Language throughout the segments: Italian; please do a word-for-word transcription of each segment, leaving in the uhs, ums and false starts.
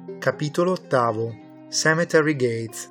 Capitolo ottavo. Cemetery Gates.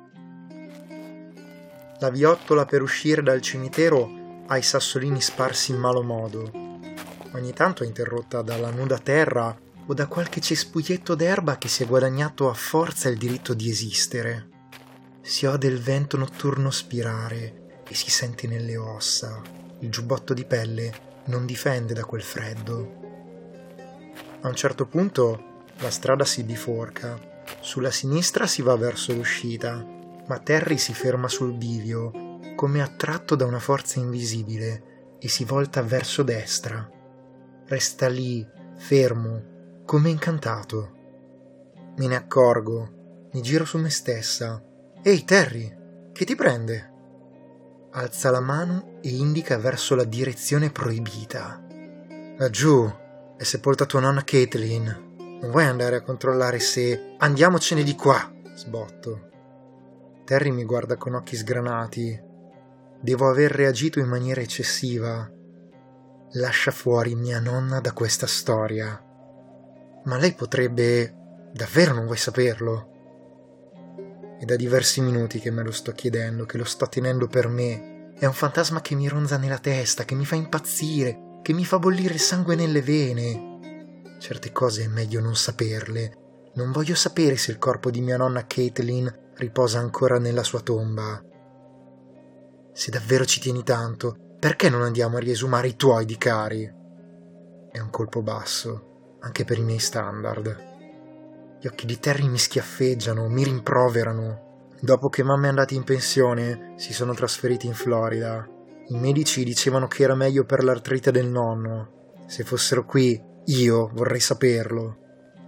La viottola per uscire dal cimitero ha i sassolini sparsi in malo modo. Ogni tanto è interrotta dalla nuda terra o da qualche cespuglietto d'erba che si è guadagnato a forza il diritto di esistere. Si ode il vento notturno spirare e si sente nelle ossa. Il giubbotto di pelle non difende da quel freddo. A un certo punto la strada si biforca. Sulla sinistra si va verso l'uscita, ma Terry si ferma sul bivio, come attratto da una forza invisibile, e si volta verso destra. Resta lì, fermo, come incantato. Me ne accorgo, mi giro su me stessa. «Ehi, Terry, che ti prende?» Alza la mano e indica verso la direzione proibita. «Laggiù è sepolta tua nonna Caitlin. Non vuoi andare a controllare se... Andiamocene di qua!» sbotto. Terry mi guarda con occhi sgranati. Devo aver reagito in maniera eccessiva. Lascia fuori mia nonna da questa storia. Ma lei potrebbe... Davvero non vuoi saperlo? È da diversi minuti che me lo sto chiedendo, che lo sto tenendo per me. È un fantasma che mi ronza nella testa, che mi fa impazzire, che mi fa bollire il sangue nelle vene. Certe cose è meglio non saperle. Non voglio sapere se il corpo di mia nonna Caitlin riposa ancora nella sua tomba. Se davvero ci tieni tanto, perché non andiamo a riesumare i tuoi di cari? È un colpo basso, anche per i miei standard. Gli occhi di Terry mi schiaffeggiano, mi rimproverano. Dopo che mamma è andata in pensione, si sono trasferiti in Florida. I medici dicevano che era meglio per l'artrite del nonno. Se fossero qui, io vorrei saperlo.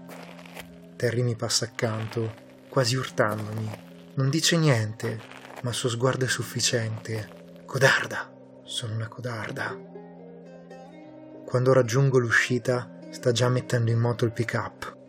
Terry mi passa accanto, quasi urtandomi. Non dice niente, ma il suo sguardo è sufficiente. Codarda, sono una codarda. Quando raggiungo l'uscita, sta già mettendo in moto il pick-up.